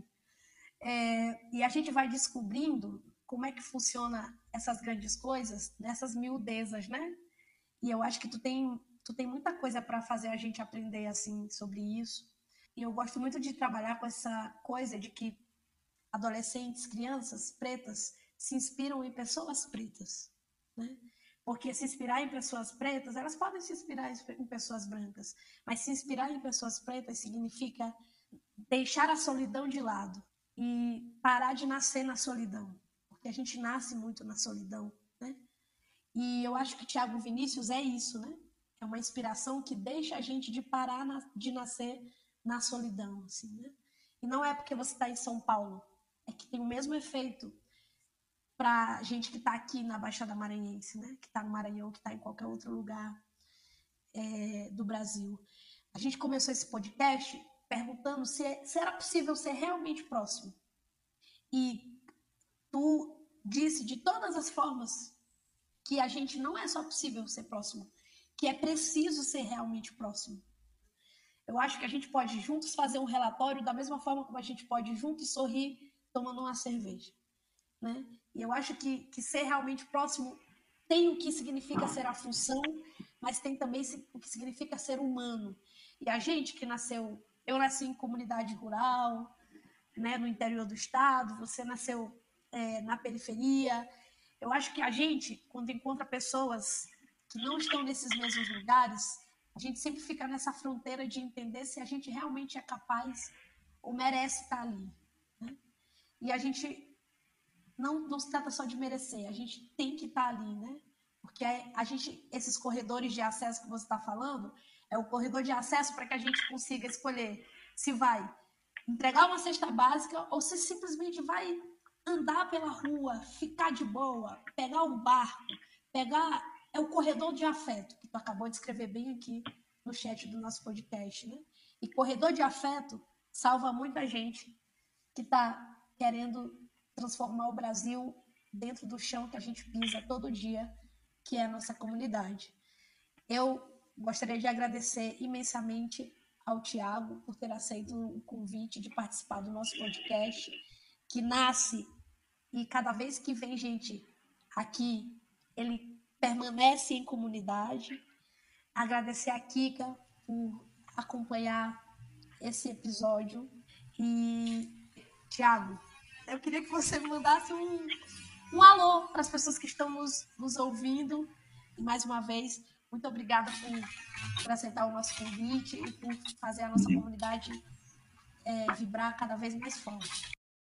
E a gente vai descobrindo como é que funciona essas grandes coisas, nessas miudezas, né? E eu acho que tu tem muita coisa para fazer a gente aprender assim sobre isso. E eu gosto muito de trabalhar com essa coisa de que adolescentes, crianças pretas se inspiram em pessoas pretas, né? Porque se inspirar em pessoas pretas, elas podem se inspirar em pessoas brancas, mas se inspirar em pessoas pretas significa deixar a solidão de lado e parar de nascer na solidão, porque a gente nasce muito na solidão, né? E eu acho que Thiago Vinícius é isso, né? É uma inspiração que deixa a gente de parar de nascer na solidão, assim, né? E não é porque você está em São Paulo, é que tem o mesmo efeito para gente que está aqui na Baixada Maranhense, né? Que está no Maranhão, que está em qualquer outro lugar do Brasil. A gente começou esse podcast perguntando se era possível ser realmente próximo. E tu disse de todas as formas que a gente não é só possível ser próximo, que é preciso ser realmente próximo. Eu acho que a gente pode juntos fazer um relatório da mesma forma como a gente pode juntos sorrir tomando uma cerveja, né? E eu acho que ser realmente próximo tem o que significa ser a função, mas tem também o que significa ser humano. E a gente que nasceu... Eu nasci em comunidade rural, né, no interior do estado, você nasceu na periferia. Eu acho que a gente, quando encontra pessoas que não estão nesses mesmos lugares, a gente sempre fica nessa fronteira de entender se a gente realmente é capaz ou merece estar ali, né? E a gente não se trata só de merecer, a gente tem que estar ali, né? Porque esses corredores de acesso que você está falando, é o corredor de acesso para que a gente consiga escolher se vai entregar uma cesta básica ou se simplesmente vai andar pela rua, ficar de boa, pegar um barco, é o corredor de afeto, que tu acabou de escrever bem aqui no chat do nosso podcast, né? E corredor de afeto salva muita gente que está querendo transformar o Brasil dentro do chão que a gente pisa todo dia, que é a nossa comunidade. Eu gostaria de agradecer imensamente ao Thiago por ter aceito o convite de participar do nosso podcast, que nasce e cada vez que vem gente aqui, ele permanece em comunidade. Agradecer a Kika por acompanhar esse episódio. E, Thiago, eu queria que você me mandasse um alô para as pessoas que estão nos ouvindo. E, mais uma vez, Muito obrigada por aceitar o nosso convite e por fazer a nossa comunidade vibrar cada vez mais forte.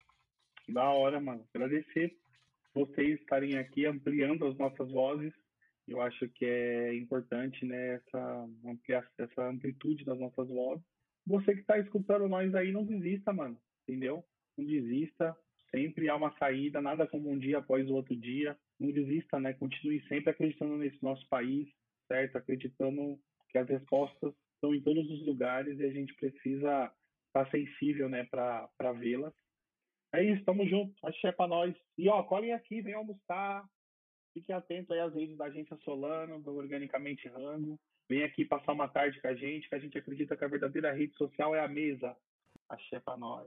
Da hora, mano. Agradecer vocês estarem aqui ampliando as nossas vozes. Eu acho que é importante, né, essa amplitude das nossas vozes. Você que está escutando nós aí, não desista, mano. Entendeu? Não desista. Sempre há uma saída, nada como um dia após o outro dia. Não desista, né? Continue sempre acreditando nesse nosso país, certo? Acreditando que as respostas estão em todos os lugares e a gente precisa estar sensível, né, para vê-las. É isso, tamo junto. Axé pra nós. E, colhem aqui, venham almoçar. Fiquem atentos aí às redes da Agência Solano, do Organicamente Rango. Vem aqui passar uma tarde com a gente, que a gente acredita que a verdadeira rede social é a mesa. Axé pra nós.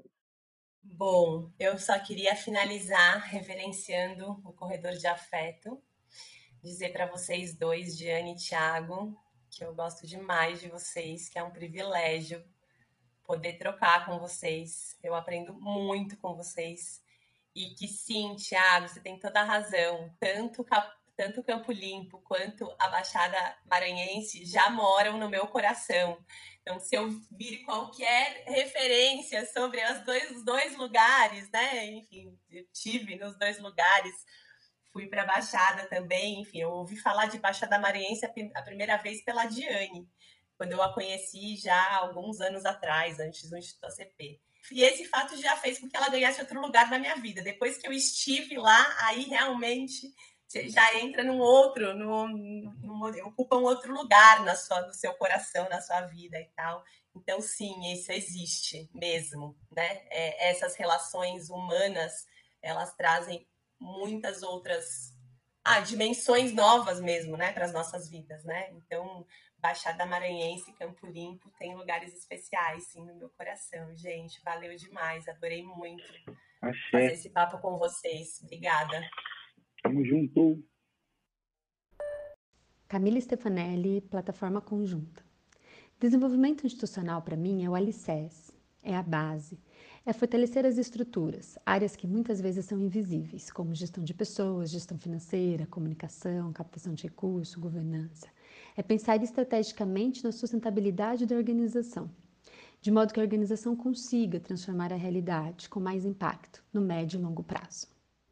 Bom, eu só queria finalizar reverenciando o Corredor de Afeto, dizer para vocês dois, Diane e Thiago, que eu gosto demais de vocês, que é um privilégio poder trocar com vocês. Eu aprendo muito com vocês. E que sim, Thiago, você tem toda a razão. Tanto Campo Limpo quanto a Baixada Maranhense já moram no meu coração. Então, se eu vir qualquer referência sobre os dois lugares, né? Enfim, eu estive nos dois lugares, fui para a Baixada também. Enfim, eu ouvi falar de Baixada Maranhense a primeira vez pela Diane, quando eu a conheci já há alguns anos atrás, antes do Instituto ACP. E esse fato já fez com que ela ganhasse outro lugar na minha vida. Depois que eu estive lá, aí realmente você já entra num outro, ocupa um outro lugar no seu coração, na sua vida e tal. Então, sim, isso existe mesmo, né? Essas relações humanas, elas trazem muitas outras dimensões novas mesmo, né, para as nossas vidas, né? Então, Baixada Maranhense, Campo Limpo, tem lugares especiais, sim, no meu coração, gente. Valeu demais, adorei muito fazer esse papo com vocês. Obrigada. Tamo junto. Camila Stefanelli, Plataforma Conjunta. Desenvolvimento institucional, para mim, é o alicerce, é a base, é fortalecer as estruturas, áreas que muitas vezes são invisíveis, como gestão de pessoas, gestão financeira, comunicação, captação de recursos, governança. É pensar estrategicamente na sustentabilidade da organização, de modo que a organização consiga transformar a realidade com mais impacto no médio e longo prazo.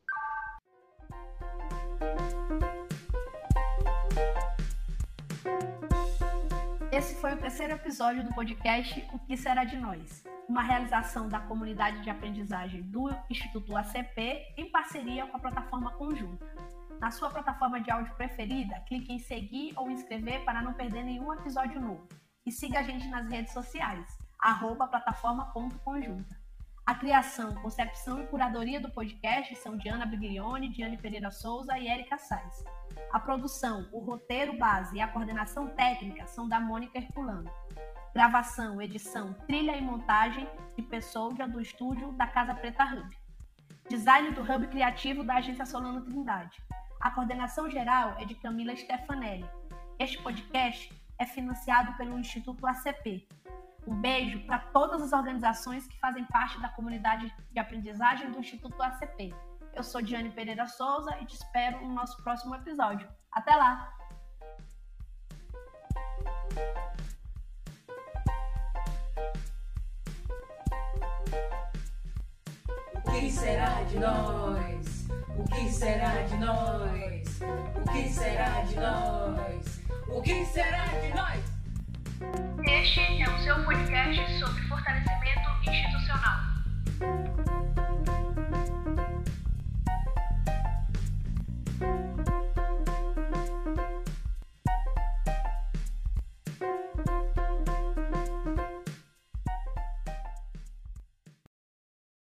Esse foi o terceiro episódio do podcast O Que Será de Nós? Uma realização da comunidade de aprendizagem do Instituto ACP em parceria com a Plataforma Conjunta. Na sua plataforma de áudio preferida, clique em seguir ou inscrever para não perder nenhum episódio novo. E siga a gente nas redes sociais, @plataforma.conjunta. A criação, concepção e curadoria do podcast são Diana Biglione, Diane Pereira Souza e Érica Sais. A produção, o roteiro base e a coordenação técnica são da Mônica Herculano. Gravação, edição, trilha e montagem de Pessoa do estúdio da Casa Preta Hub. Design do Hub Criativo da Agência Solano Trindade. A coordenação geral é de Camila Stefanelli. Este podcast é financiado pelo Instituto ACP. Um beijo para todas as organizações que fazem parte da comunidade de aprendizagem do Instituto ACP. Eu sou Diane Pereira Souza e te espero no nosso próximo episódio. Até lá! O que será de nós? O que será de nós? O que será de nós? O que será de nós? Este é o seu podcast sobre fortalecimento institucional.